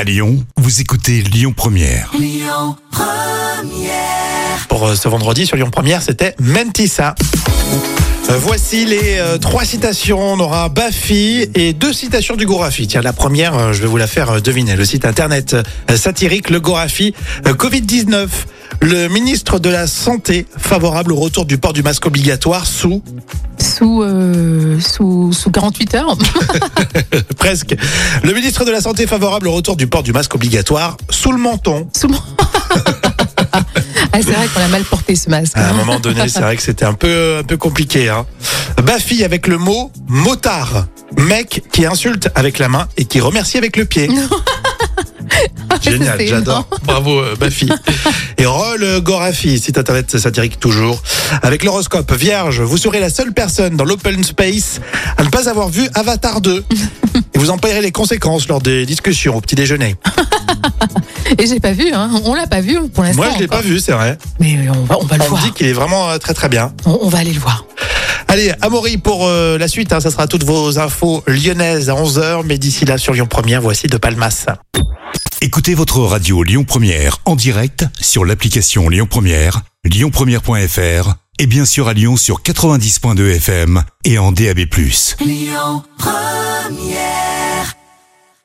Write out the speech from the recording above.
À Lyon, vous écoutez Lyon Première. Lyon Première. Pour ce vendredi sur Lyon Première, c'était Mentissa. Voici les 3 citations. On aura Bafi et 2 citations du Gorafi. Tiens, la première, je vais vous la faire deviner. Le site internet satirique Le Gorafi. Covid-19. Le ministre de la Santé favorable au retour du port du masque obligatoire sous 48 heures. Presque. Le ministre de la Santé favorable au retour du port du masque obligatoire sous le menton. C'est vrai qu'on a mal porté ce masque. À un moment donné, c'est vrai que c'était un peu compliqué. Bafi avec le mot motard. Mec qui insulte avec la main et qui remercie avec le pied. Génial, C'est j'adore. Bravo Bafi. Et Roll Gorafi, site internet satirique toujours. Avec l'horoscope Vierge, vous serez la seule personne dans l'open space à ne pas avoir vu Avatar 2. Et vous en payerez les conséquences lors des discussions au petit déjeuner. Et j'ai pas vu, on l'a pas vu pour l'instant. Moi je l'ai pas vu, c'est vrai. Mais on va le On me voir. dit qu'il est vraiment très très bien. On va aller le voir. Allez, Amaury pour la suite, ça sera toutes vos infos lyonnaises à 11h. Mais d'ici là sur Lyon Première, voici De Palmas. Écoutez votre radio Lyon Première en direct sur l'application Lyon Première, lyonpremière.fr et bien sûr à Lyon sur 90.2 FM et en DAB+. Lyon Première.